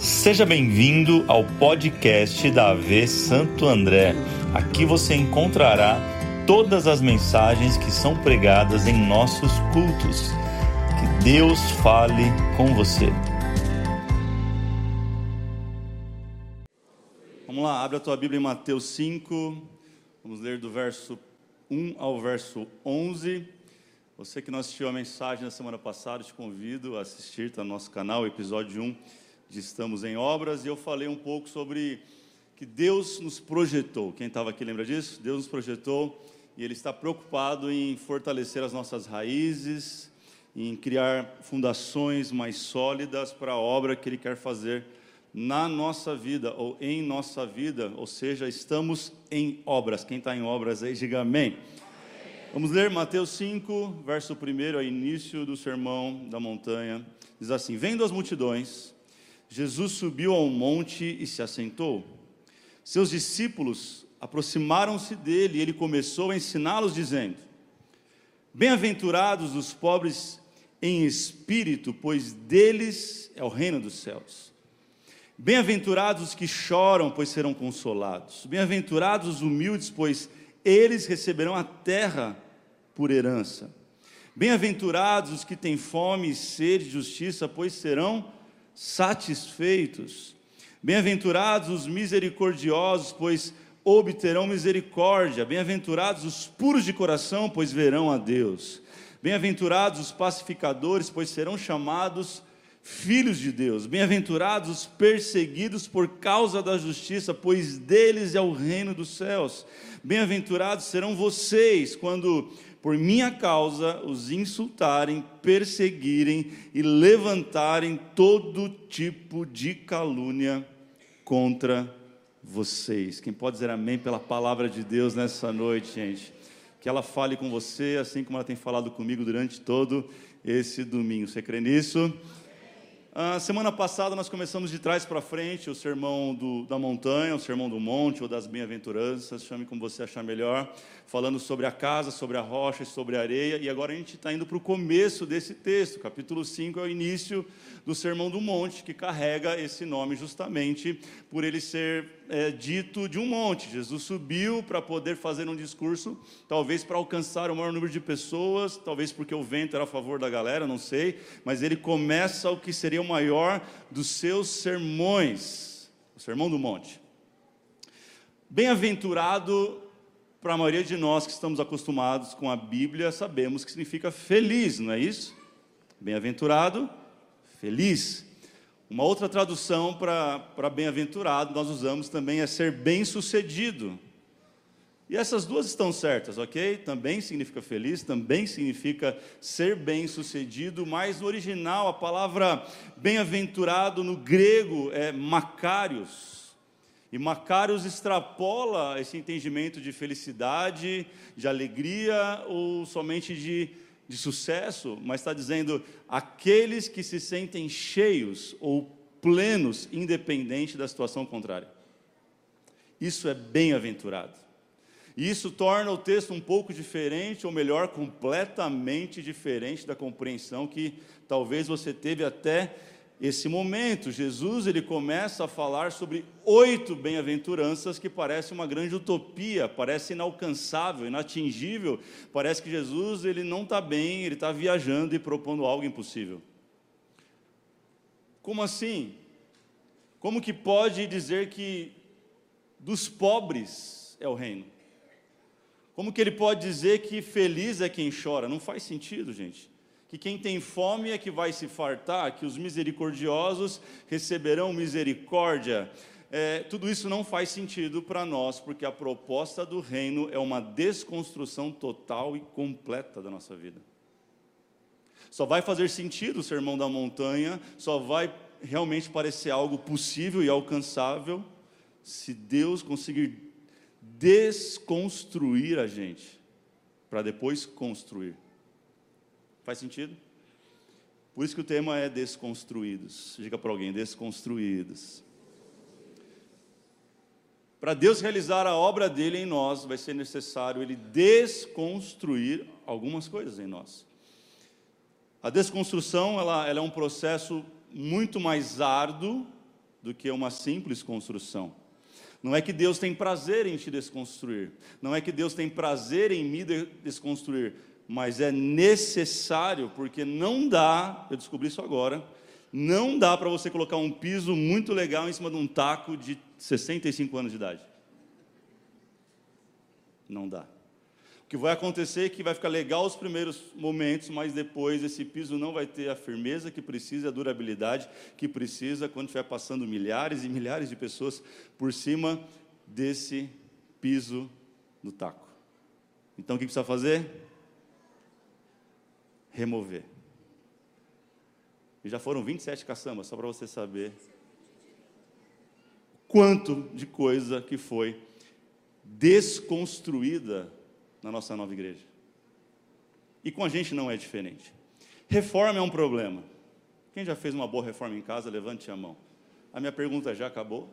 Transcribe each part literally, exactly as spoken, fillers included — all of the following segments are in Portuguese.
Seja bem-vindo ao podcast da A V Santo André. Aqui você encontrará todas as mensagens que são pregadas em nossos cultos. Que Deus fale com você. Vamos lá, abre a tua Bíblia em Mateus cinco. Vamos ler do verso um ao verso onze. Você que não assistiu a mensagem da semana passada, te convido a assistir, está no nosso canal, episódio um. De Estamos em Obras, e eu falei um pouco sobre que Deus nos projetou. Quem estava aqui lembra disso? Deus nos projetou e Ele está preocupado em fortalecer as nossas raízes, em criar fundações mais sólidas para a obra que Ele quer fazer na nossa vida, ou em nossa vida, ou seja, estamos em obras. Quem está em obras aí, diga amém. Vamos ler Mateus cinco, verso um, ao início do Sermão da Montanha. Diz assim: vendo as multidões, Jesus subiu ao monte e se assentou. Seus discípulos aproximaram-se dele e ele começou a ensiná-los, dizendo: bem-aventurados os pobres em espírito, pois deles é o reino dos céus. Bem-aventurados os que choram, pois serão consolados. Bem-aventurados os humildes, pois eles receberão a terra por herança. Bem-aventurados os que têm fome e sede de justiça, pois serão satisfeitos. Bem-aventurados os misericordiosos, pois obterão misericórdia. Bem-aventurados os puros de coração, pois verão a Deus. Bem-aventurados os pacificadores, pois serão chamados filhos de Deus. Bem-aventurados os perseguidos por causa da justiça, pois deles é o reino dos céus. Bem-aventurados serão vocês quando por minha causa os insultarem, perseguirem e levantarem todo tipo de calúnia contra vocês. Quem pode dizer amém pela palavra de Deus nessa noite, gente? Que ela fale com você, assim como ela tem falado comigo durante todo esse domingo. Você crê nisso? A semana passada nós começamos de trás para frente o sermão do, da montanha, o sermão do monte ou das bem-aventuranças, chame como você achar melhor, falando sobre a casa, sobre a rocha e sobre a areia, e agora a gente está indo para o começo desse texto. Capítulo cinco é o início do sermão do monte, que carrega esse nome justamente por ele ser é, dito de um monte. Jesus subiu para poder fazer um discurso, talvez para alcançar o maior número de pessoas, talvez porque o vento era a favor da galera, não sei, mas ele começa o que seria o maior dos seus sermões, o Sermão do Monte. Bem-aventurado, para a maioria de nós que estamos acostumados com a Bíblia, sabemos que significa feliz, não é isso? Bem-aventurado, feliz. Uma outra tradução para, para bem-aventurado, nós usamos também, é ser bem-sucedido. E essas duas estão certas, ok? Também significa feliz, também significa ser bem-sucedido, mas no original a palavra bem-aventurado no grego é makarios. E makarios extrapola esse entendimento de felicidade, de alegria ou somente de, de sucesso, mas está dizendo aqueles que se sentem cheios ou plenos, independente da situação contrária. Isso é bem-aventurado. E isso torna o texto um pouco diferente, ou melhor, completamente diferente da compreensão que talvez você teve até esse momento. Jesus, ele começa a falar sobre oito bem-aventuranças que parece uma grande utopia, parece inalcançável, inatingível. Parece que Jesus, ele não está bem, ele está viajando e propondo algo impossível. Como assim? Como que pode dizer que dos pobres é o reino? Como que ele pode dizer que feliz é quem chora? Não faz sentido, gente. Que quem tem fome é que vai se fartar, que os misericordiosos receberão misericórdia. É, tudo isso não faz sentido para nós, porque a proposta do reino é uma desconstrução total e completa da nossa vida. Só vai fazer sentido o Sermão da Montanha, só vai realmente parecer algo possível e alcançável, se Deus conseguir desconstruir a gente, para depois construir. Faz sentido? Por isso que o tema é desconstruídos. Diga para alguém, desconstruídos. Para Deus realizar a obra dele em nós, vai ser necessário ele desconstruir algumas coisas em nós. A desconstrução, ela, ela é um processo muito mais árduo do que uma simples construção. Não é que Deus tem prazer em te desconstruir, não é que Deus tem prazer em me desconstruir, mas é necessário, porque não dá, eu descobri isso agora, não dá para você colocar um piso muito legal em cima de um taco de sessenta e cinco anos de idade. Não dá. O que vai acontecer é que vai ficar legal os primeiros momentos, mas depois esse piso não vai ter a firmeza que precisa, a durabilidade que precisa, quando estiver passando milhares e milhares de pessoas por cima desse piso do taco. Então o que precisa fazer? Remover. E já foram vinte e sete caçambas, só para você saber quanto de coisa que foi desconstruída na nossa nova igreja. E com a gente não é diferente. Reforma é um problema. Quem já fez uma boa reforma em casa, levante a mão. A minha pergunta já acabou?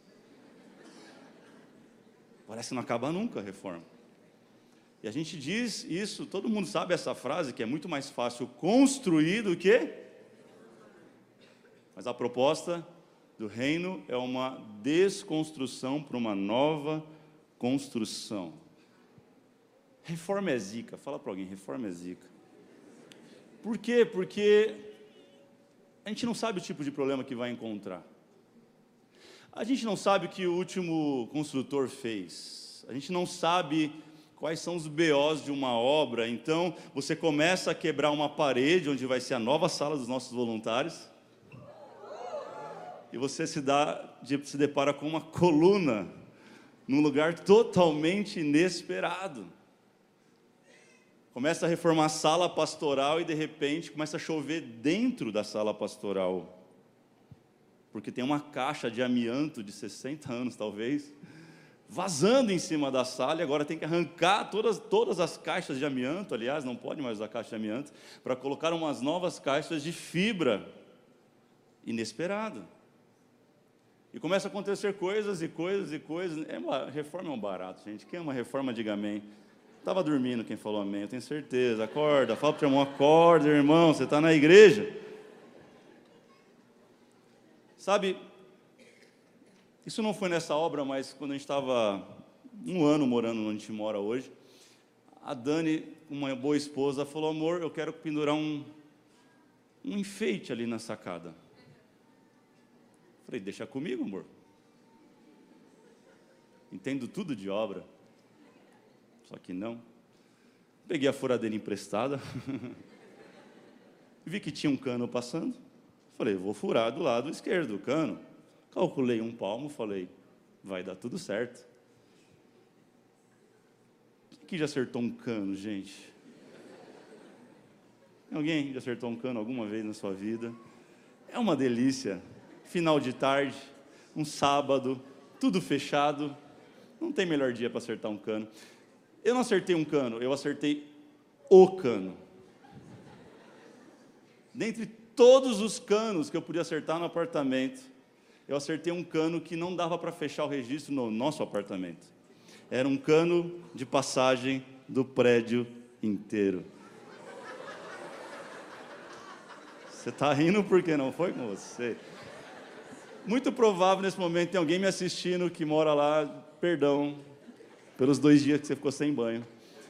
Parece que não acaba nunca a reforma. E a gente diz isso, todo mundo sabe essa frase, que é muito mais fácil construir do que... Mas a proposta do reino é uma desconstrução para uma nova construção. Reforma é zica. Fala para alguém, reforma é zica. Por quê? Porque a gente não sabe o tipo de problema que vai encontrar. A gente não sabe o que o último construtor fez. A gente não sabe quais são os B Os de uma obra. Então, você começa a quebrar uma parede, onde vai ser a nova sala dos nossos voluntários. E você se, dá, se depara com uma coluna, num lugar totalmente inesperado. Começa a reformar a sala pastoral e, de repente, começa a chover dentro da sala pastoral. Porque tem uma caixa de amianto de sessenta anos, talvez, vazando em cima da sala, e agora tem que arrancar todas, todas as caixas de amianto, aliás, não pode mais usar caixa de amianto, para colocar umas novas caixas de fibra. Inesperado. E começa a acontecer coisas e coisas e coisas. É uma, reforma é um barato, gente. Quem é uma reforma, diga amém. Estava dormindo quem falou amém, eu tenho certeza. Acorda, fala para o teu irmão, acorda, irmão, você está na igreja. Sabe, isso não foi nessa obra, mas quando a gente estava um ano morando onde a gente mora hoje, a Dani, uma boa esposa, falou, amor, eu quero pendurar um, um enfeite ali na sacada. Falei, deixa comigo, amor. Entendo tudo de obra. Só que não. Peguei a furadeira emprestada. Vi que tinha um cano passando. Falei, vou furar do lado esquerdo o cano. Calculei um palmo, falei, vai dar tudo certo. Quem que já acertou um cano, gente? Alguém já acertou um cano alguma vez na sua vida? É uma delícia. Final de tarde, um sábado, tudo fechado. Não tem melhor dia para acertar um cano. Eu não acertei um cano, eu acertei o cano. Dentre todos os canos que eu podia acertar no apartamento, eu acertei um cano que não dava para fechar o registro no nosso apartamento. Era um cano de passagem do prédio inteiro. Você está rindo porque não foi com você? Muito provável nesse momento tem alguém me assistindo que mora lá, perdão, pelos dois dias que você ficou sem banho.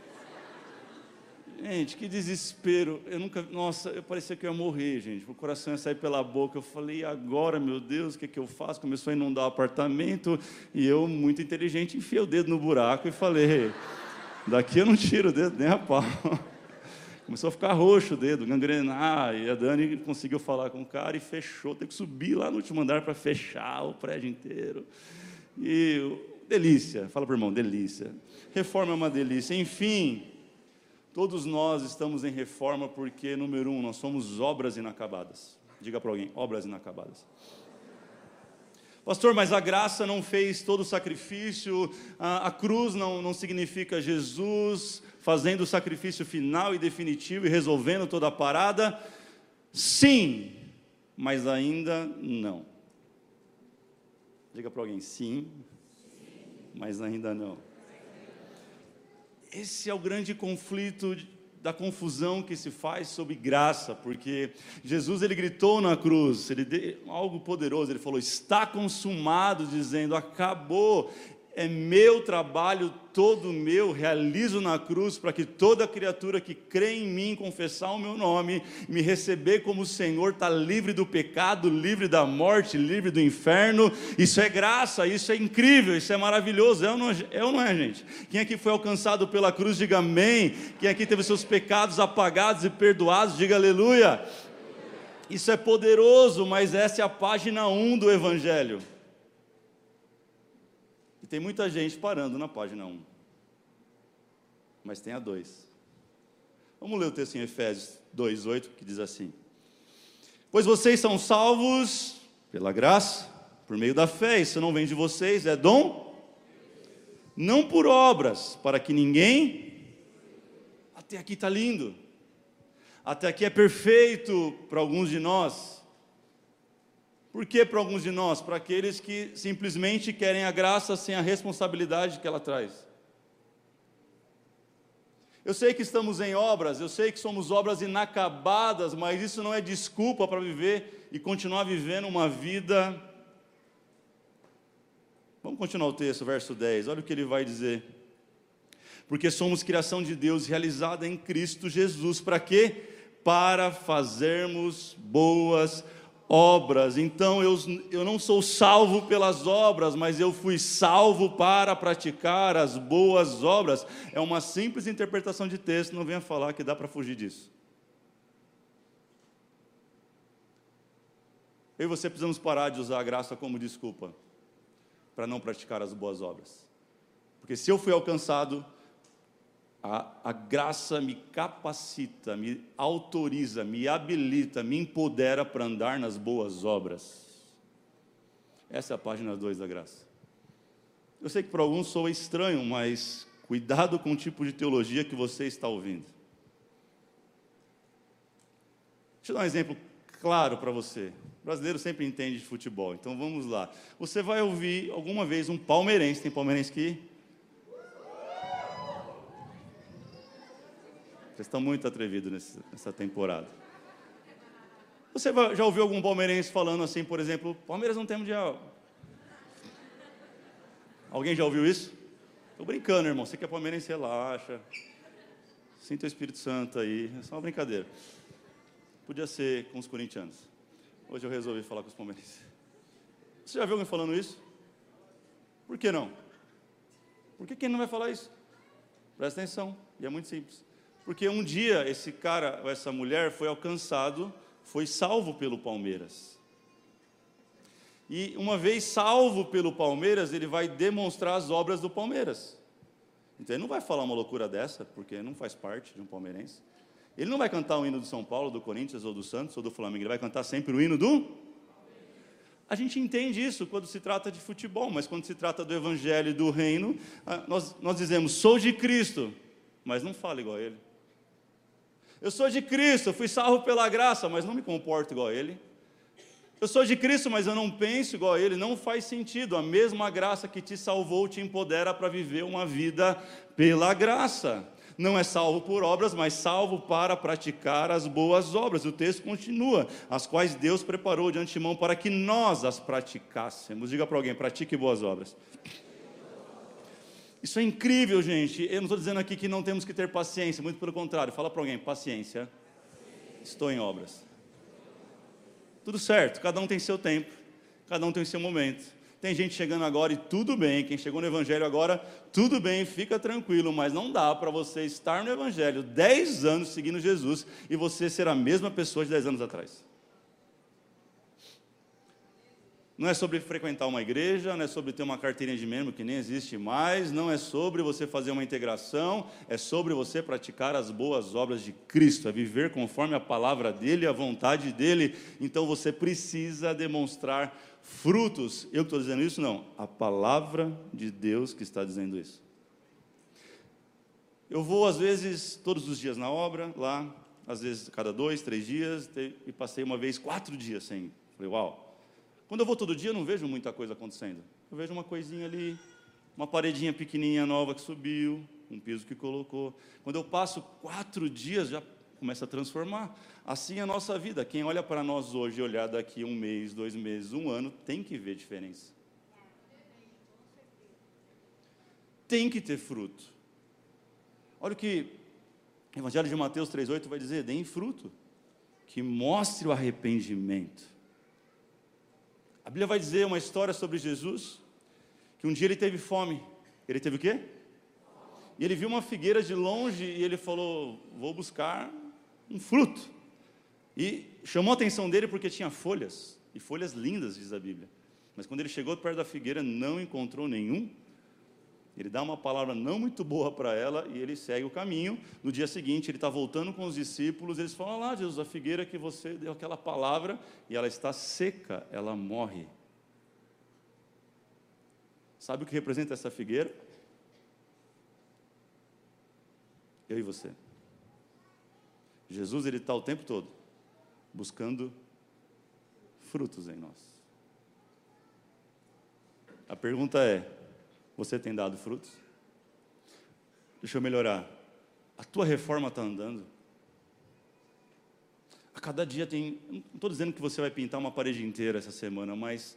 Gente, que desespero. Eu nunca, nossa, eu parecia que eu ia morrer, gente. O coração ia sair pela boca. Eu falei, agora, meu Deus, o que, que eu faço? Começou a inundar o apartamento. E eu, muito inteligente, enfiei o dedo no buraco e falei, daqui eu não tiro o dedo nem a pau. Começou a ficar roxo o dedo, gangrenar. E a Dani conseguiu falar com o cara e fechou. Teve que subir lá no último andar para fechar o prédio inteiro. E delícia, fala para o irmão, delícia. Reforma é uma delícia. Enfim, todos nós estamos em reforma porque, número um, nós somos obras inacabadas. Diga para alguém, obras inacabadas. Pastor, mas a graça não fez todo o sacrifício, a, a cruz não, não significa Jesus fazendo o sacrifício final e definitivo e resolvendo toda a parada? Sim, mas ainda não. Diga para alguém, sim, mas ainda não. Esse é o grande conflito da confusão que se faz sobre graça, porque Jesus, ele gritou na cruz, ele deu algo poderoso, ele falou, está consumado, dizendo, acabou, é meu trabalho, todo meu, realizo na cruz, para que toda criatura que crê em mim, confessar o meu nome, me receber como Senhor, está livre do pecado, livre da morte, livre do inferno. Isso é graça, isso é incrível, isso é maravilhoso, é ou não é, é, ou não é, gente? Quem aqui foi alcançado pela cruz, diga amém. Quem aqui teve seus pecados apagados e perdoados, diga aleluia. Isso é poderoso, mas essa é a página um do Evangelho. Tem muita gente parando na página um, mas tem a dois. Vamos ler o texto em Efésios dois, oito, que diz assim: pois vocês são salvos pela graça, por meio da fé, isso não vem de vocês, é dom, não por obras, para que ninguém, até aqui está lindo, até aqui é perfeito para alguns de nós. Por que para alguns de nós? Para aqueles que simplesmente querem a graça sem a responsabilidade que ela traz. Eu sei que estamos em obras, eu sei que somos obras inacabadas, mas isso não é desculpa para viver e continuar vivendo uma vida. Vamos continuar o texto, verso dez, olha o que ele vai dizer. Porque somos criação de Deus, realizada em Cristo Jesus, para quê? Para fazermos boas obras. Obras, então eu, eu não sou salvo pelas obras, mas eu fui salvo para praticar as boas obras. É uma simples interpretação de texto, não venha falar que dá para fugir disso. Eu e você precisamos parar de usar a graça como desculpa para não praticar as boas obras. Porque se eu fui alcançado, A, a graça me capacita, me autoriza, me habilita, me empodera para andar nas boas obras. Essa é a página dois da graça. Eu sei que para alguns soa estranho, mas cuidado com o tipo de teologia que você está ouvindo. Deixa eu dar um exemplo claro para você. O brasileiro sempre entende de futebol, então vamos lá. Você vai ouvir alguma vez um palmeirense, tem palmeirense aqui? Vocês estão muito atrevidos nesse, nessa temporada. Você já ouviu algum palmeirense falando assim, por exemplo, Palmeiras não tem mundial? Alguém já ouviu isso? Estou brincando, irmão, você que é palmeirense, relaxa. Sinta o Espírito Santo aí, é só uma brincadeira. Podia ser com os corintianos. Hoje eu resolvi falar com os palmeirenses. Você já viu alguém falando isso? Por que não? Por que quem não vai falar isso? Presta atenção, e é muito simples. Porque um dia esse cara, ou essa mulher, foi alcançado, foi salvo pelo Palmeiras. E uma vez salvo pelo Palmeiras, ele vai demonstrar as obras do Palmeiras. Então ele não vai falar uma loucura dessa, porque não faz parte de um palmeirense. Ele não vai cantar o hino do São Paulo, do Corinthians, ou do Santos, ou do Flamengo. Ele vai cantar sempre o hino do... A gente entende isso quando se trata de futebol, mas quando se trata do Evangelho e do Reino, nós, nós dizemos, sou de Cristo, mas não fala igual a Ele. Eu sou de Cristo, fui salvo pela graça, mas não me comporto igual a Ele. Eu sou de Cristo, mas eu não penso igual a Ele. Não faz sentido. A mesma graça que te salvou te empodera para viver uma vida pela graça. Não é salvo por obras, mas salvo para praticar as boas obras. O texto continua, as quais Deus preparou de antemão para que nós as praticássemos. Diga para alguém, pratique boas obras. Isso é incrível, gente. Eu não estou dizendo aqui que não temos que ter paciência, muito pelo contrário. Fala para alguém, paciência. Estou em obras. Tudo certo, cada um tem seu tempo, cada um tem seu momento. Tem gente chegando agora e tudo bem, quem chegou no Evangelho agora, tudo bem, fica tranquilo, mas não dá para você estar no Evangelho dez anos seguindo Jesus e você ser a mesma pessoa de dez anos atrás. Não é sobre frequentar uma igreja, não é sobre ter uma carteirinha de membro que nem existe mais, não é sobre você fazer uma integração, é sobre você praticar as boas obras de Cristo, é viver conforme a palavra dEle, a vontade dEle. Então você precisa demonstrar frutos. Eu que estou dizendo isso? Não, a palavra de Deus que está dizendo isso. Eu vou às vezes todos os dias na obra, lá, às vezes cada dois, três dias, e passei uma vez quatro dias sem ir. Falei, uau. Quando eu vou todo dia, eu não vejo muita coisa acontecendo. Eu vejo uma coisinha ali, uma paredinha pequenininha nova que subiu, um piso que colocou. Quando eu passo quatro dias, já começa a transformar. Assim é a nossa vida. Quem olha para nós hoje e olhar daqui um mês, dois meses, um ano, tem que ver diferença. Tem que ter fruto. Olha o que o Evangelho de Mateus três oito vai dizer: deem fruto, que mostre o arrependimento. A Bíblia vai dizer uma história sobre Jesus, que um dia ele teve fome. Ele teve o quê? E ele viu uma figueira de longe e ele falou: vou buscar um fruto. E chamou a atenção dele porque tinha folhas, e folhas lindas, diz a Bíblia. Mas quando ele chegou perto da figueira, não encontrou nenhum. Ele dá uma palavra não muito boa para ela e ele segue o caminho. No dia seguinte, ele está voltando com os discípulos. Eles falam: lá, Jesus, a figueira que você deu aquela palavra, e ela está seca, ela morre. Sabe o que representa essa figueira? Eu e você. Jesus, ele está o tempo todo buscando frutos em nós. A pergunta é: você tem dado frutos? Deixa eu melhorar. A tua reforma está andando? A cada dia tem... Não estou dizendo que você vai pintar uma parede inteira essa semana, mas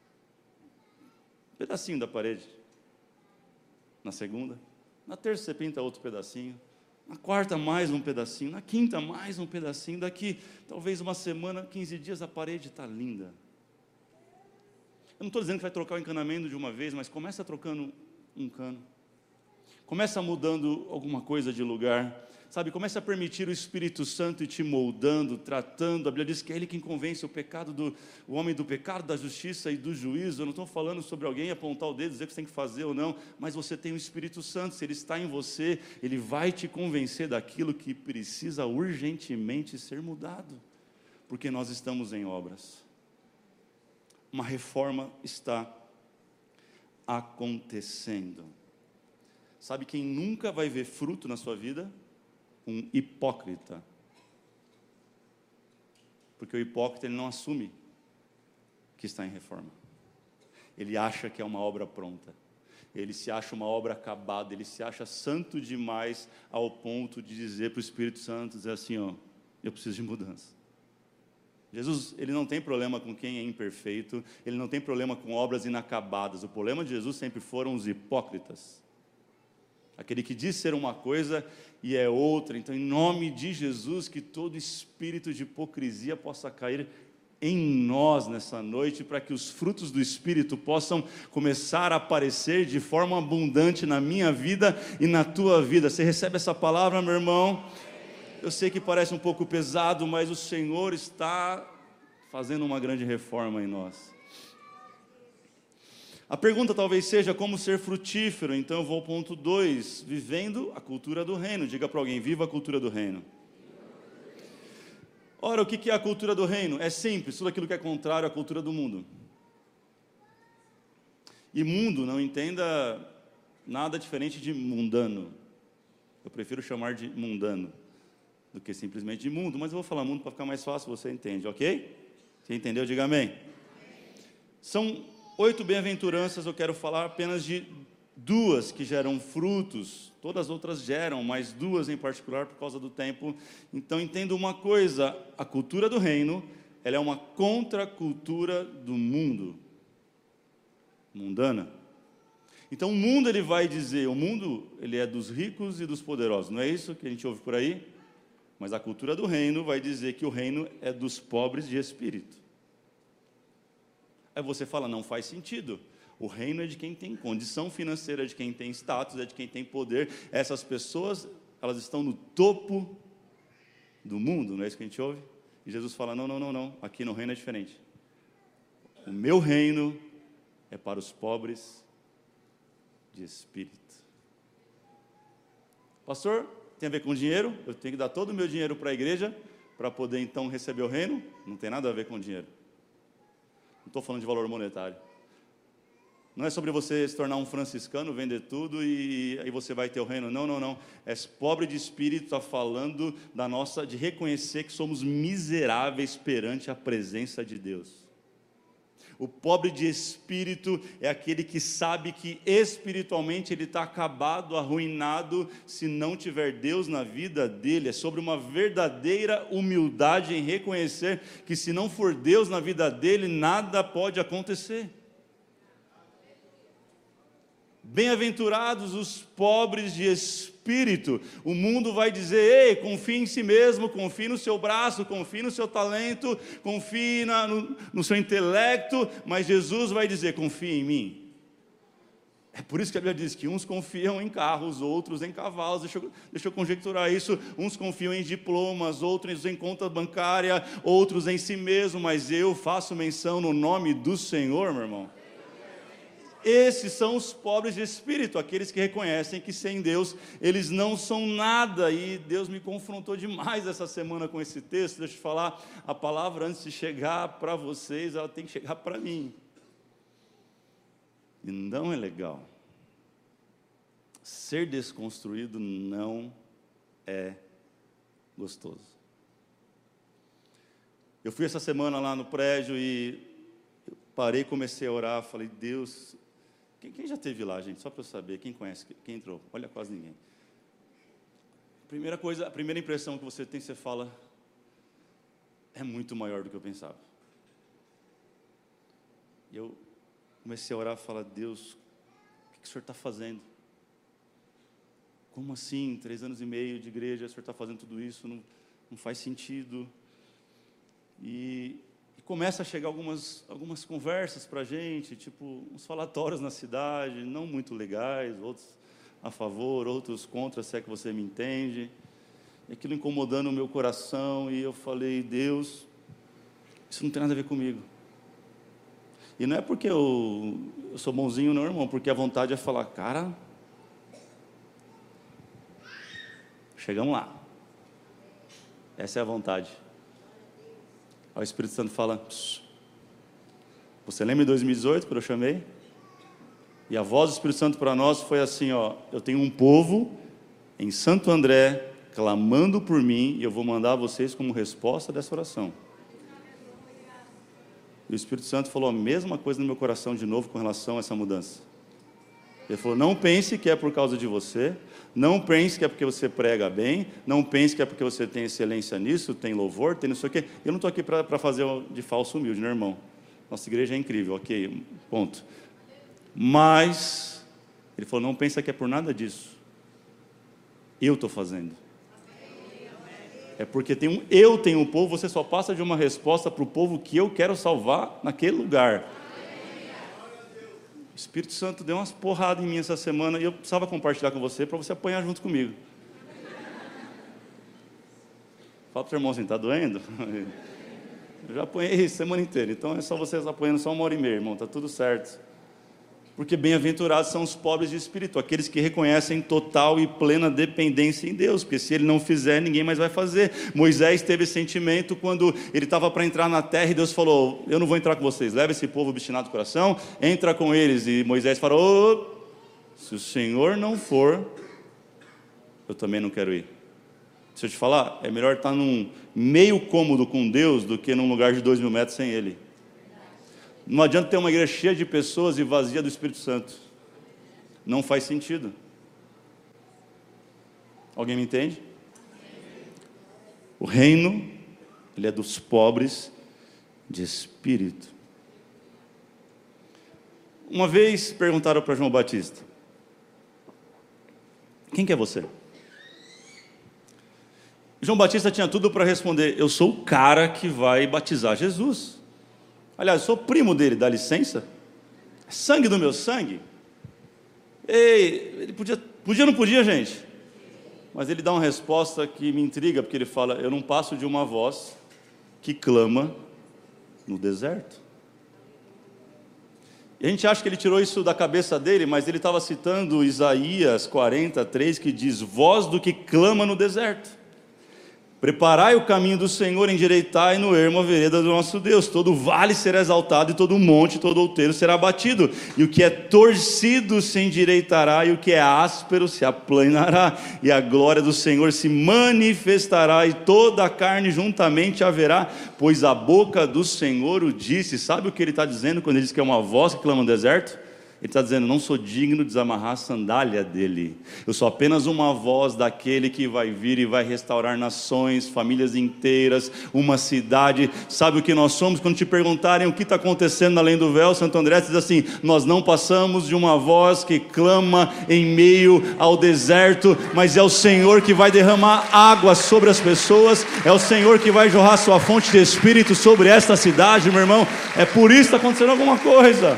um pedacinho da parede. Na segunda. Na terça você pinta outro pedacinho. Na quarta mais um pedacinho. Na quinta mais um pedacinho. Daqui talvez uma semana, quinze dias, a parede está linda. Eu não estou dizendo que vai trocar o encanamento de uma vez, mas começa trocando um cano. Começa mudando alguma coisa de lugar. Sabe, começa a permitir o Espírito Santo ir te moldando, tratando. A Bíblia diz que é Ele quem convence o pecado do, o homem do pecado, da justiça e do juízo. Eu não estou falando sobre alguém apontar o dedo, dizer o que você tem que fazer ou não, mas você tem o Espírito Santo. Se Ele está em você, Ele vai te convencer daquilo que precisa urgentemente ser mudado, porque nós estamos em obras. Uma reforma está acontecendo. Sabe quem nunca vai ver fruto na sua vida? Um hipócrita. Porque o hipócrita, ele não assume que está em reforma. Ele acha que é uma obra pronta. Ele se acha uma obra acabada. Ele se acha santo demais ao ponto de dizer para o Espírito Santo, dizer assim, ó, eu preciso de mudança. Jesus, ele não tem problema com quem é imperfeito, ele não tem problema com obras inacabadas. O problema de Jesus sempre foram os hipócritas. Aquele que diz ser uma coisa e é outra. Então, em nome de Jesus, que todo espírito de hipocrisia possa cair em nós nessa noite, para que os frutos do Espírito possam começar a aparecer de forma abundante na minha vida e na tua vida. Você recebe essa palavra, meu irmão? Eu sei que parece um pouco pesado, mas o Senhor está fazendo uma grande reforma em nós. A pergunta talvez seja como ser frutífero. Então eu vou ao ponto dois, vivendo a cultura do reino. Diga para alguém: viva a cultura do reino. Ora, o que é a cultura do reino? É simples, tudo aquilo que é contrário à cultura do mundo. E mundo, não entenda nada diferente de mundano. Eu prefiro chamar de mundano do que simplesmente de mundo, mas eu vou falar mundo para ficar mais fácil, você entende, ok? Você entendeu? Diga amém. São oito bem-aventuranças, eu quero falar apenas de duas que geram frutos, todas as outras geram, mas duas em particular por causa do tempo. Então entenda uma coisa, a cultura do reino, ela é uma contracultura do mundo, mundana. Então o mundo, ele vai dizer, o mundo, ele é dos ricos e dos poderosos, não é isso que a gente ouve por aí? Mas a cultura do reino vai dizer que o reino é dos pobres de espírito. Aí você fala, não faz sentido. O reino é de quem tem condição financeira, é de quem tem status, é de quem tem poder. Essas pessoas, elas estão no topo do mundo, não é isso que a gente ouve? E Jesus fala, não, não, não, não, aqui no reino é diferente. O meu reino é para os pobres de espírito. Pastor, tem a ver com dinheiro? Eu tenho que dar todo o meu dinheiro para a igreja para poder então receber o reino? Não tem nada a ver com dinheiro. Não estou falando de valor monetário. Não é sobre você se tornar um franciscano, vender tudo e aí você vai ter o reino. Não, não, não. É pobre de espírito, está falando da nossa, de reconhecer que somos miseráveis perante a presença de Deus. O pobre de espírito é aquele que sabe que espiritualmente ele está acabado, arruinado, se não tiver Deus na vida dele. É sobre uma verdadeira humildade em reconhecer que se não for Deus na vida dele, nada pode acontecer. Bem-aventurados os pobres de espírito. O mundo vai dizer: ei, confie em si mesmo, confie no seu braço, confie no seu talento, confie na, no, no seu intelecto, mas Jesus vai dizer: confie em mim. É por isso que a Bíblia diz que uns confiam em carros, outros em cavalos. Deixa eu, deixa eu conjecturar isso. Uns confiam em diplomas, outros em conta bancária, outros em si mesmo, mas eu faço menção no nome do Senhor, meu irmão. Esses são os pobres de espírito, aqueles que reconhecem que sem Deus eles não são nada. E Deus me confrontou demais essa semana com esse texto. Deixa eu falar, a palavra antes de chegar para vocês, ela tem que chegar para mim. E não é legal. Ser desconstruído não é gostoso. Eu fui essa semana lá no prédio e parei, comecei a orar, falei: Deus, quem, quem já esteve lá, gente? Só para eu saber, quem conhece, quem entrou? Olha, quase ninguém. Primeira coisa, a primeira impressão que você tem, você fala: é muito maior do que eu pensava. E eu comecei a orar e falar: Deus, o que, que o Senhor está fazendo? Como assim, três anos e meio de igreja, o Senhor está fazendo tudo isso? Não, não faz sentido. E começa a chegar algumas, algumas conversas para a gente, tipo, uns falatórios na cidade, não muito legais, outros a favor, outros contra, se é que você me entende. E aquilo incomodando o meu coração, e eu falei: Deus, isso não tem nada a ver comigo. E não é porque eu, eu sou bonzinho não, irmão, porque a vontade é falar: cara, chegamos lá. Essa é a vontade. Aí o Espírito Santo fala: você lembra em dois mil e dezoito, quando eu chamei? E a voz do Espírito Santo para nós foi assim: ó, eu tenho um povo em Santo André clamando por mim, e eu vou mandar a vocês como resposta dessa oração. E o Espírito Santo falou a mesma coisa no meu coração de novo com relação a essa mudança. Ele falou: não pense que é por causa de você, não pense que é porque você prega bem, não pense que é porque você tem excelência nisso, tem louvor, tem não sei o quê. Eu não estou aqui para fazer de falso humilde, né, irmão? Nossa igreja é incrível, ok, ponto. Mas, ele falou: não pense que é por nada disso. Eu estou fazendo. É porque tem um, eu tenho um povo, você só passa de uma resposta para o povo que eu quero salvar naquele lugar. O Espírito Santo deu umas porradas em mim essa semana e eu precisava compartilhar com você para você apanhar junto comigo. Fala para o seu irmão assim: está doendo? Eu já apanhei a semana inteira, então é só vocês apanhando só uma hora e meia, irmão, está tudo certo. Porque bem-aventurados são os pobres de espírito, aqueles que reconhecem total e plena dependência em Deus, porque se ele não fizer, ninguém mais vai fazer. Moisés teve esse sentimento quando ele estava para entrar na terra e Deus falou: eu não vou entrar com vocês, leva esse povo obstinado do coração, entra com eles. E Moisés falou: oh, se o Senhor não for, eu também não quero ir. Se eu te falar, é melhor estar num meio cômodo com Deus do que num lugar de dois mil metros sem Ele. Não adianta ter uma igreja cheia de pessoas e vazia do Espírito Santo. Não faz sentido. Alguém me entende? O reino, ele é dos pobres de espírito. Uma vez perguntaram para João Batista: quem que é você? João Batista tinha tudo para responder: eu sou o cara que vai batizar Jesus. Aliás, eu sou primo dele, dá licença? É sangue do meu sangue? Ei, ele podia, podia ou não podia, gente? Mas ele dá uma resposta que me intriga, porque ele fala: eu não passo de uma voz que clama no deserto. E a gente acha que ele tirou isso da cabeça dele, mas ele estava citando Isaías quarenta, três, que diz: voz do que clama no deserto. Preparai o caminho do Senhor, endireitai no ermo a vereda do nosso Deus. Todo vale será exaltado, e todo monte, todo outeiro será abatido. E o que é torcido se endireitará, e o que é áspero se aplanará. E a glória do Senhor se manifestará, e toda a carne juntamente haverá, pois a boca do Senhor o disse. Sabe o que ele está dizendo quando ele diz que é uma voz que clama no deserto? Ele está dizendo: não sou digno de desamarrar a sandália dele. Eu sou apenas uma voz daquele que vai vir e vai restaurar nações, famílias inteiras, uma cidade. Sabe o que nós somos? Quando te perguntarem o que está acontecendo além do véu, Santo André diz assim: nós não passamos de uma voz que clama em meio ao deserto, mas é o Senhor que vai derramar água sobre as pessoas, é o Senhor que vai jorrar sua fonte de espírito sobre esta cidade, meu irmão. É por isso que está acontecendo alguma coisa.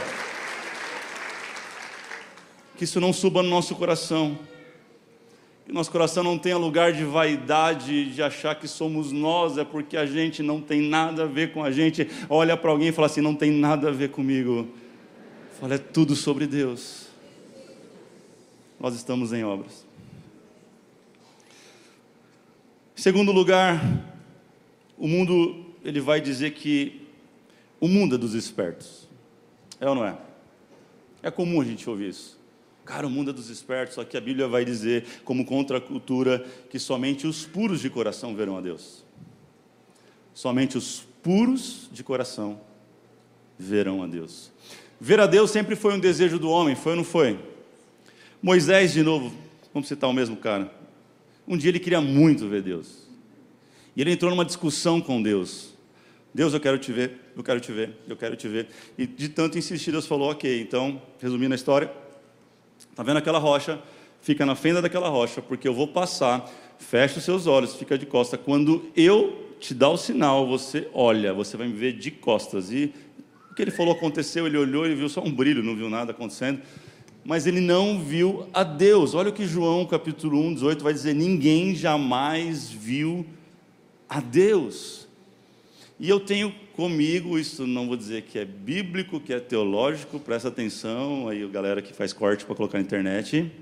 Que isso não suba no nosso coração, que nosso coração não tenha lugar de vaidade, de achar que somos nós, é porque a gente não tem nada a ver com a gente. Olha para alguém e fala assim: não tem nada a ver comigo. Fala: é tudo sobre Deus. Nós estamos em obras. Em segundo lugar, o mundo, ele vai dizer que o mundo é dos espertos. É ou não é? É comum a gente ouvir isso. Cara, o mundo é dos espertos, só que a Bíblia vai dizer, como contra a cultura, que somente os puros de coração verão a Deus. Somente os puros de coração verão a Deus. Ver a Deus sempre foi um desejo do homem, foi ou não foi? Moisés, de novo, vamos citar o mesmo cara. Um dia ele queria muito ver Deus. E ele entrou numa discussão com Deus. Deus, eu quero te ver, eu quero te ver, eu quero te ver. E de tanto insistir, Deus falou: ok. Então, resumindo a história, está vendo aquela rocha? Fica na fenda daquela rocha, porque eu vou passar. Fecha os seus olhos, fica de costas. Quando eu te dar o sinal, você olha, você vai me ver de costas. E o que ele falou aconteceu, ele olhou e viu só um brilho, não viu nada acontecendo. Mas ele não viu a Deus. Olha o que João capítulo um, dezoito vai dizer: ninguém jamais viu a Deus. E eu tenho comigo, isso não vou dizer que é bíblico, que é teológico, presta atenção, aí a galera que faz corte para colocar na internet.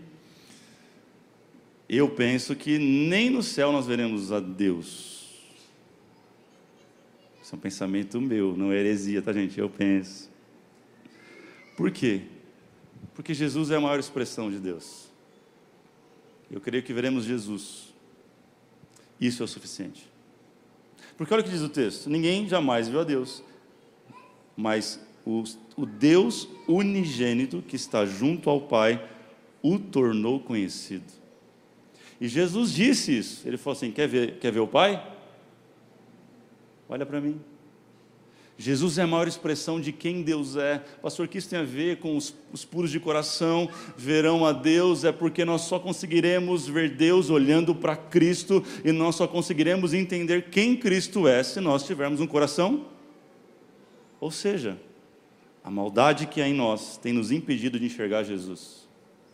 Eu penso que nem no céu nós veremos a Deus. Isso é um pensamento meu, não é heresia, tá, gente? Eu penso. Por quê? Porque Jesus é a maior expressão de Deus. Eu creio que veremos Jesus. Isso é o suficiente. Porque olha o que diz o texto: ninguém jamais viu a Deus, mas o, o Deus unigênito que está junto ao Pai o tornou conhecido. E Jesus disse isso. Ele falou assim: quer ver, quer ver o Pai? Olha para mim. Jesus é a maior expressão de quem Deus é. Pastor, o que isso tem a ver com os, os puros de coração verão a Deus? É porque nós só conseguiremos ver Deus olhando para Cristo, e nós só conseguiremos entender quem Cristo é se nós tivermos um coração. Ou seja, a maldade que há em nós tem nos impedido de enxergar Jesus.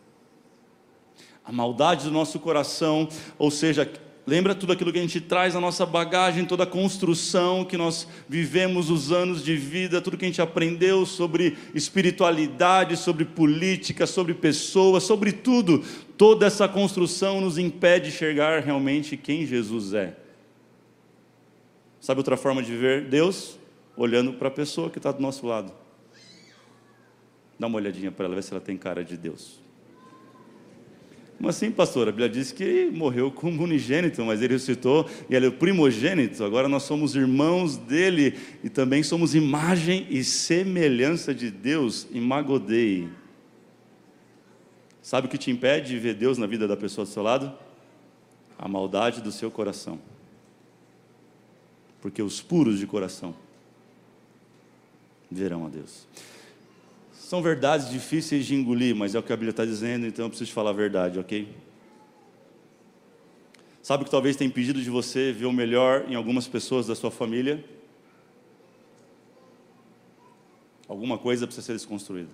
A maldade do nosso coração, ou seja, lembra tudo aquilo que a gente traz na nossa bagagem, toda a construção que nós vivemos, os anos de vida, tudo que a gente aprendeu sobre espiritualidade, sobre política, sobre pessoas, sobre tudo. Toda essa construção nos impede de enxergar realmente quem Jesus é. Sabe outra forma de ver Deus? Olhando para a pessoa que está do nosso lado. Dá uma olhadinha para ela, ver se ela tem cara de Deus. Como assim, pastor? A Bíblia diz que morreu como unigênito, mas ele ressuscitou e ele é o primogênito. Agora nós somos irmãos dele e também somos imagem e semelhança de Deus, imagodei. Sabe o que te impede de ver Deus na vida da pessoa do seu lado? A maldade do seu coração. Porque os puros de coração verão a Deus. São verdades difíceis de engolir, mas é o que a Bíblia está dizendo, então eu preciso falar a verdade, ok? Sabe o que talvez tenha impedido de você ver o melhor em algumas pessoas da sua família? Alguma coisa precisa ser desconstruída.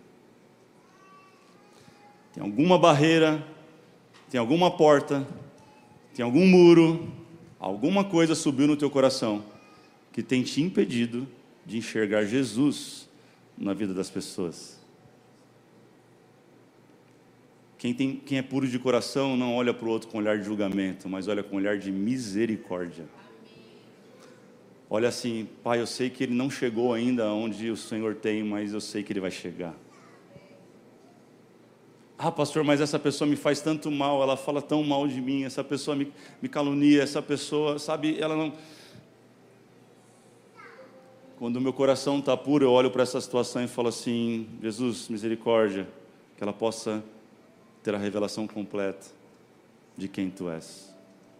Tem alguma barreira, tem alguma porta, tem algum muro, alguma coisa subiu no teu coração que tem te impedido de enxergar Jesus na vida das pessoas. Quem, tem, quem é puro de coração não olha para o outro com olhar de julgamento, mas olha com olhar de misericórdia. Olha assim: Pai, eu sei que ele não chegou ainda onde o Senhor tem, mas eu sei que ele vai chegar. Ah, pastor, mas essa pessoa me faz tanto mal, ela fala tão mal de mim, essa pessoa me, me calunia, essa pessoa, sabe, ela não... Quando o meu coração está puro, eu olho para essa situação e falo assim: Jesus, misericórdia, que ela possa ter a revelação completa de quem Tu és.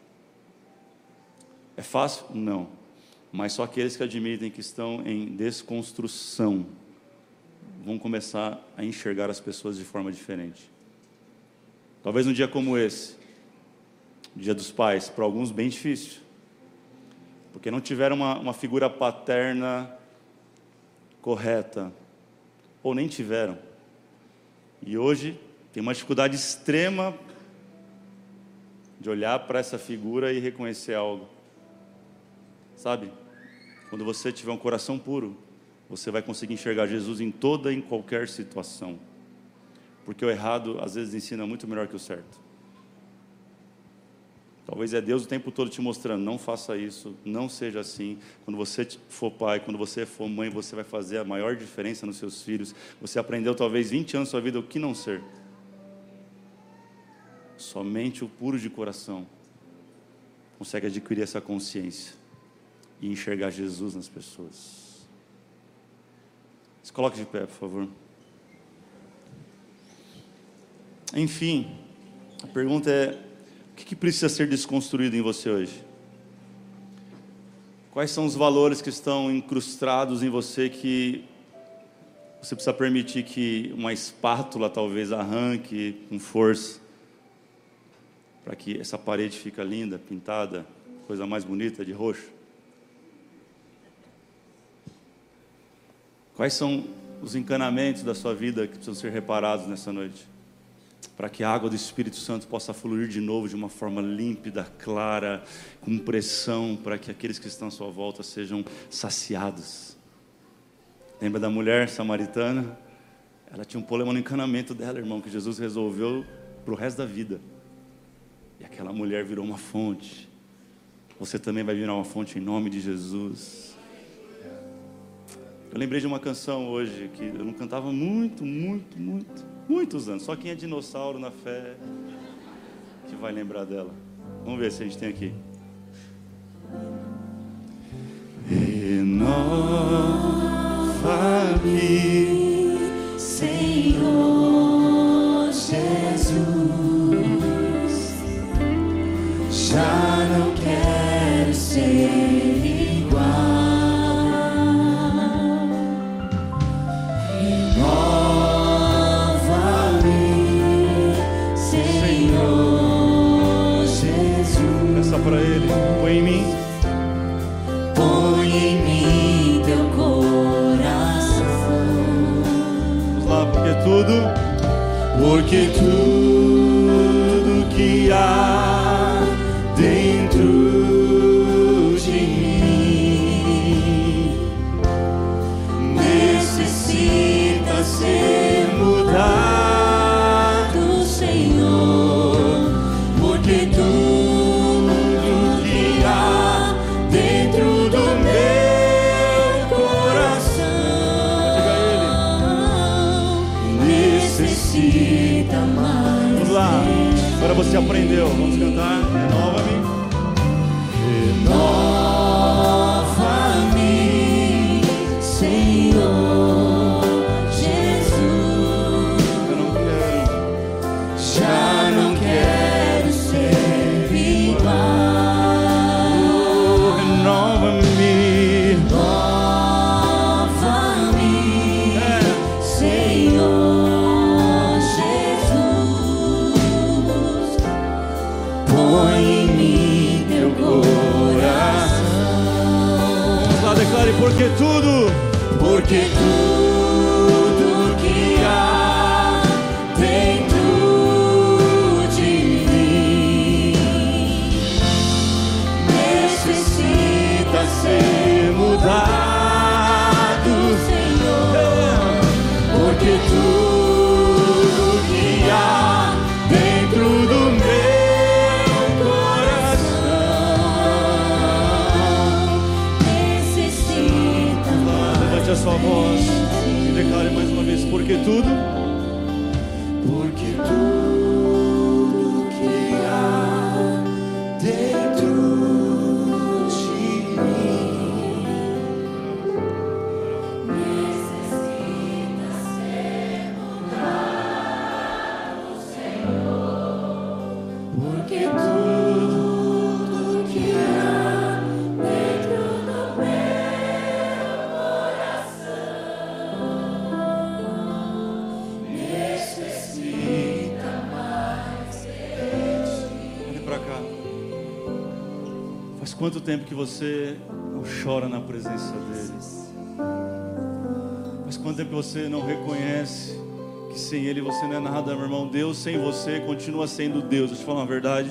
É fácil? Não. Mas só aqueles que admitem que estão em desconstrução vão começar a enxergar as pessoas de forma diferente. Talvez um dia como esse, Dia dos Pais, para alguns bem difícil, porque não tiveram uma, uma figura paterna correta, ou nem tiveram, e hoje tem uma dificuldade extrema de olhar para essa figura e reconhecer algo, sabe? Quando você tiver um coração puro, você vai conseguir enxergar Jesus em toda e em qualquer situação, porque o errado às vezes ensina muito melhor que o certo. Talvez é Deus o tempo todo te mostrando: não faça isso, não seja assim. Quando você for pai, quando você for mãe, você vai fazer a maior diferença nos seus filhos. Você aprendeu talvez vinte anos da sua vida o que não ser. Somente o puro de coração consegue adquirir essa consciência e enxergar Jesus nas pessoas. Se coloque de pé, por favor. Enfim, a pergunta é: o que, que precisa ser desconstruído em você hoje? Quais são os valores que estão incrustados em você que você precisa permitir que uma espátula talvez arranque com força, para que essa parede fique linda, pintada, coisa mais bonita de roxo? Quais são os encanamentos da sua vida que precisam ser reparados nessa noite, para que a água do Espírito Santo possa fluir de novo de uma forma límpida, clara, com pressão, para que aqueles que estão à sua volta sejam saciados? Lembra da mulher samaritana? Ela tinha um problema no encanamento dela, irmão, que Jesus resolveu para o resto da vida. E aquela mulher virou uma fonte. Você também vai virar uma fonte em nome de Jesus. Eu lembrei de uma canção hoje que eu não cantava muito, muito, muito, muitos anos. Só quem é dinossauro na fé que vai lembrar dela. Vamos ver se a gente tem aqui. Renova-me, Senhor Jesus. Já não quero ser igual. Renova-me, Senhor Jesus. Peça para Ele: põe em mim, põe em mim teu coração. vamos lá, porque tudo, porque tudo que há dentro de mim Necessita ser mudado, Senhor, porque tudo que há dentro do meu coração necessita mais. Vamos lá, agora você aprendeu, vamos cantar. Renova-me, Renova-me, Senhor Jesus. eu não quero. Já não quero ser igual. Renova-me, Renova-me, Senhor Jesus. Põe em mim teu coração. vamos lá, declare: porque tudo, Porque tudo que há dentro de mim necessita ser mudado, Senhor. Porque tudo que há sua voz e declare mais uma vez, porque tudo, porque tudo que há dentro de mim necessita ser mudado, Senhor, porque tudo que há dentro do meu coração necessita mais de ti. olhe para cá. Faz quanto tempo que você não chora na presença dele? Faz quanto tempo que você não reconhece que sem ele você não é nada, meu irmão? Deus sem você continua sendo Deus. Deixa eu te falar uma verdade.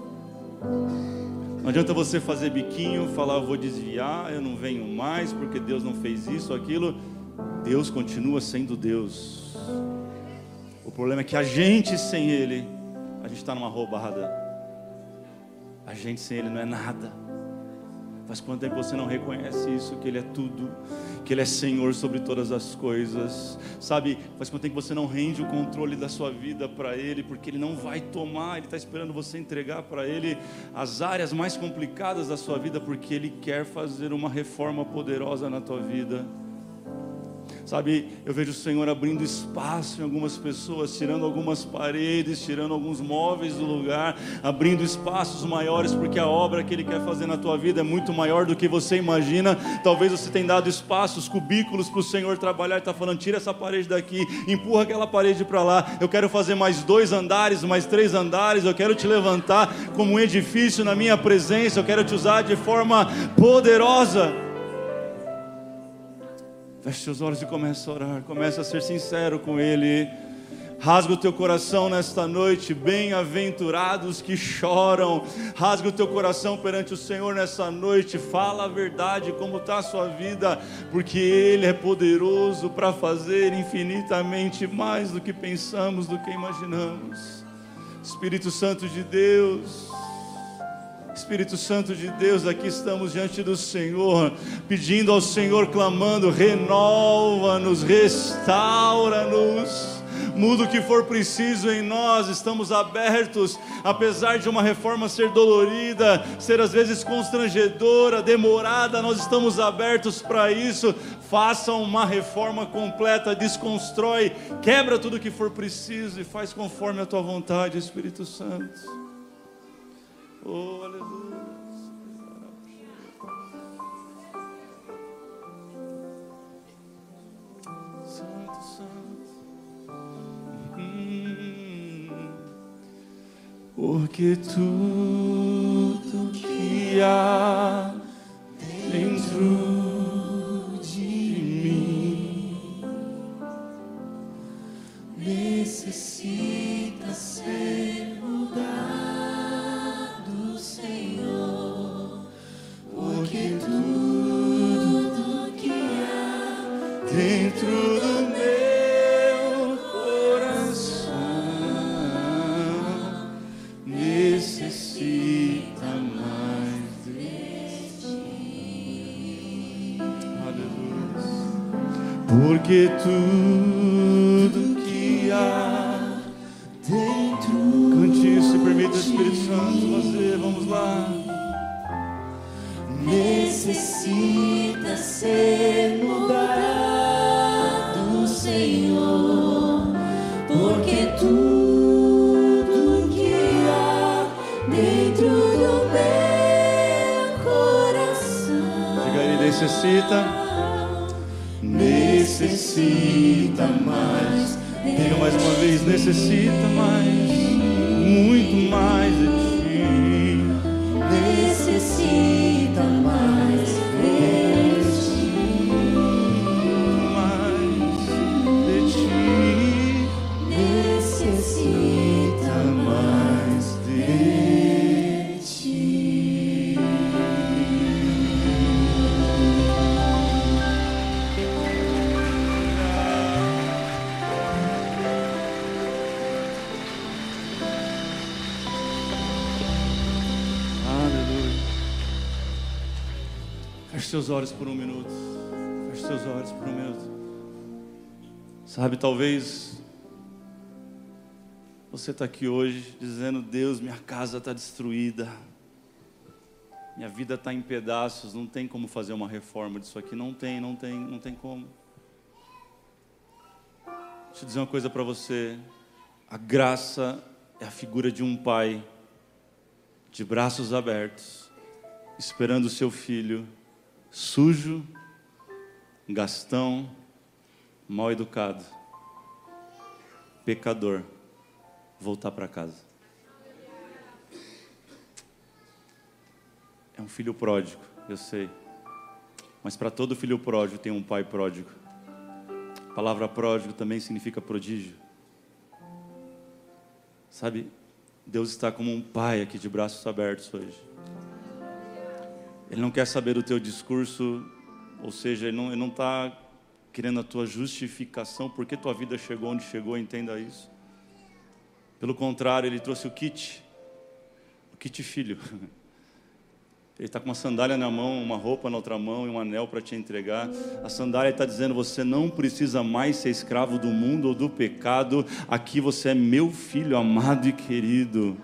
Não adianta você fazer biquinho, falar eu vou desviar, eu não venho mais porque Deus não fez isso, aquilo. Deus continua sendo Deus. O problema é que a gente sem ele, a gente está numa roubada. A gente sem ele não é nada. Faz quanto tempo você não reconhece isso, que ele é tudo, que ele é Senhor sobre todas as coisas, sabe? Faz quanto tempo você não rende o controle da sua vida para ele, porque ele não vai tomar, ele está esperando você entregar para ele as áreas mais complicadas da sua vida, porque ele quer fazer uma reforma poderosa na tua vida. Sabe, eu vejo o Senhor abrindo espaço em algumas pessoas, tirando algumas paredes, tirando alguns móveis do lugar, abrindo espaços maiores, porque a obra que Ele quer fazer na tua vida é muito maior do que você imagina. Talvez você tenha dado espaços, cubículos para o Senhor trabalhar e está falando, tira essa parede daqui, empurra aquela parede para lá, eu quero fazer mais dois andares, mais três andares, eu quero te levantar como um edifício na minha presença, eu quero te usar de forma poderosa. Feche seus olhos e comece a orar. Comece a ser sincero com Ele. Rasga o teu coração nesta noite. Bem-aventurados que choram. Rasga o teu coração perante o Senhor nessa noite. Fala a verdade, como está a sua vida, porque Ele é poderoso para fazer infinitamente mais do que pensamos, do que imaginamos. Espírito Santo de Deus, Espírito Santo de Deus, aqui estamos diante do Senhor, pedindo ao Senhor, clamando, renova-nos, restaura-nos, muda o que for preciso em nós. Estamos abertos, apesar de uma reforma ser dolorida, ser às vezes constrangedora, demorada, nós estamos abertos para isso. Faça uma reforma completa, desconstrói, quebra tudo o que for preciso e faz conforme a tua vontade, Espírito Santo. Oh, aleluia. Santo, Santo. Hum. Porque tudo que há dentro de mim necessita ser mudado, Senhor, porque tudo que há dentro do meu coração necessita mais de ti. Aleluia. Porque tudo que há dentro. Cante isso, permita o Espírito Santo fazer. Vamos lá. Necessita ser mudado, Senhor, porque tudo que há dentro do meu coração. Diga aí, necessita, necessita mais. Diga mais uma vez, necessita mais, muito mais de ti. Necessita mais de ti, mais de ti. necessita mais de ti. Feche seus olhos por um minuto. Feche Feche seus olhos por um minuto. Sabe, talvez você está aqui hoje dizendo: Deus, minha casa está destruída, minha vida está em pedaços, não tem como fazer uma reforma disso aqui, não tem, não tem, não tem como. Deixa eu dizer uma coisa para você: a graça é a figura de um pai, de braços abertos, esperando o seu filho, sujo, gastão, mal educado, pecador, voltar para casa. É um filho pródigo, eu sei, mas para todo filho pródigo tem um pai pródigo. A palavra pródigo também significa prodígio. Sabe, Deus está como um pai aqui de braços abertos hoje. Ele não quer saber do teu discurso, ou seja, Ele não Ele não está querendo a tua justificação, porque tua vida chegou onde chegou, entenda isso. Pelo contrário, Ele trouxe o kit, o kit filho. Ele está com uma sandália na mão, uma roupa na outra mão e um anel para te entregar. A sandália está dizendo: você não precisa mais ser escravo do mundo ou do pecado. Aqui você é meu filho amado e querido.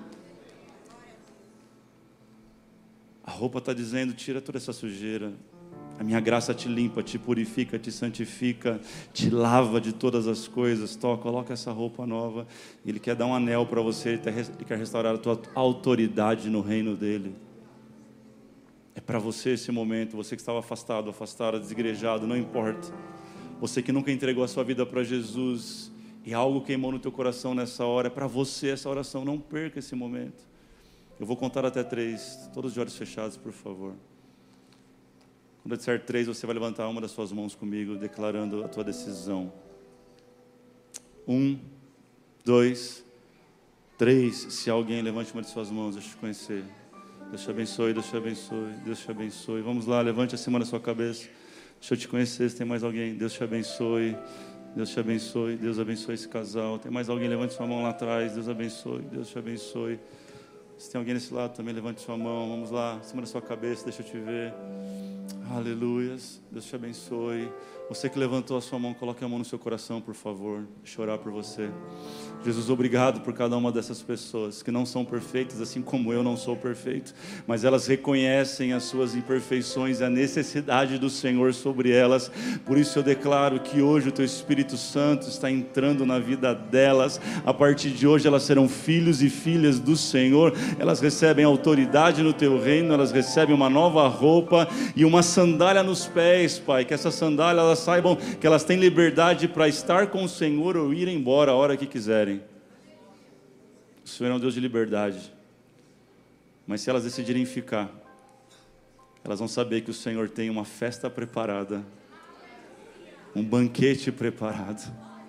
A roupa está dizendo: tira toda essa sujeira. A minha graça te limpa, te purifica, te santifica, te lava de todas as coisas. Toca, coloca essa roupa nova. Ele quer dar um anel para você, Ele quer restaurar a tua autoridade no reino dEle. É para você esse momento, você que estava afastado, afastada, desigrejado, não importa. Você que nunca entregou a sua vida para Jesus e algo queimou no teu coração nessa hora, é para você essa oração, não perca esse momento. Eu vou contar até três, todos de olhos fechados, por favor. Quando eu disser três, você vai levantar uma das suas mãos comigo, declarando a tua decisão. Um, dois, três. Se alguém, levante uma de suas mãos, deixa eu te conhecer. Deus te abençoe, Deus te abençoe, Deus te abençoe. Vamos lá, levante acima da sua cabeça. Deixa eu te conhecer, se tem mais alguém. Deus te abençoe, Deus te abençoe, Deus abençoe esse casal. Tem mais alguém, levante sua mão lá atrás. Deus abençoe, Deus te abençoe. Se tem alguém nesse lado também, levante sua mão. Vamos lá, acima da sua cabeça, deixa eu te ver. Aleluias, Deus te abençoe. Você que levantou a sua mão, coloque a mão no seu coração, por favor. Deixa eu orar por você. Jesus, obrigado por cada uma dessas pessoas que não são perfeitas, assim como eu não sou perfeito, mas elas reconhecem as suas imperfeições e a necessidade do Senhor sobre elas. Por isso eu declaro que hoje o Teu Espírito Santo está entrando na vida delas. A partir de hoje elas serão filhos e filhas do Senhor. Elas recebem autoridade no Teu reino, elas recebem uma nova roupa e uma sandália nos pés, Pai. Que essa sandália, elas saibam que elas têm liberdade para estar com o Senhor ou ir embora a hora que quiserem. O Senhor é um Deus de liberdade, mas se elas decidirem ficar, elas vão saber que o Senhor tem uma festa preparada, um banquete preparado.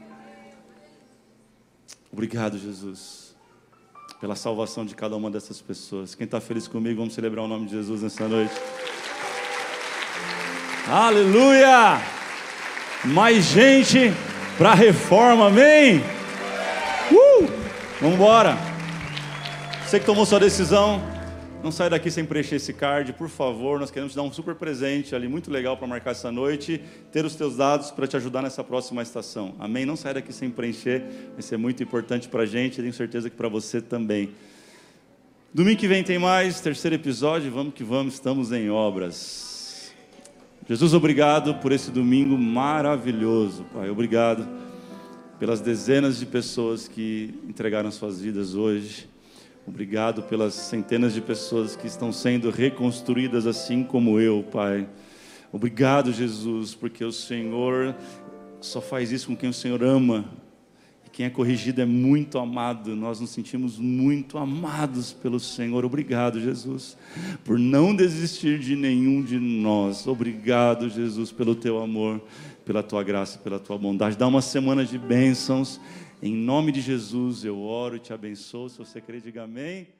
Obrigado, Jesus, pela salvação de cada uma dessas pessoas. Quem está feliz comigo, vamos celebrar o nome de Jesus nessa noite. Aleluia! Mais gente para a reforma, amém? Uh! Vamos embora. Você que tomou sua decisão, não sai daqui sem preencher esse card, por favor. Nós queremos te dar um super presente ali, muito legal para marcar essa noite, ter os teus dados para te ajudar nessa próxima estação, amém? Não sai daqui sem preencher, vai ser muito importante para a gente, tenho certeza que para você também. Domingo que vem tem mais, terceiro episódio, vamos que vamos, estamos em obras. Jesus, obrigado por esse domingo maravilhoso, Pai. Obrigado pelas dezenas de pessoas que entregaram suas vidas hoje. Obrigado pelas centenas de pessoas que estão sendo reconstruídas assim como eu, Pai. Obrigado, Jesus, porque o Senhor só faz isso com quem o Senhor ama. E quem é corrigido é muito amado. Nós nos sentimos muito amados pelo Senhor. Obrigado, Jesus, por não desistir de nenhum de nós. Obrigado, Jesus, pelo Teu amor, pela Tua graça, pela Tua bondade. Dá uma semana de bênçãos. Em nome de Jesus eu oro e te abençoo. Se você crer, diga amém.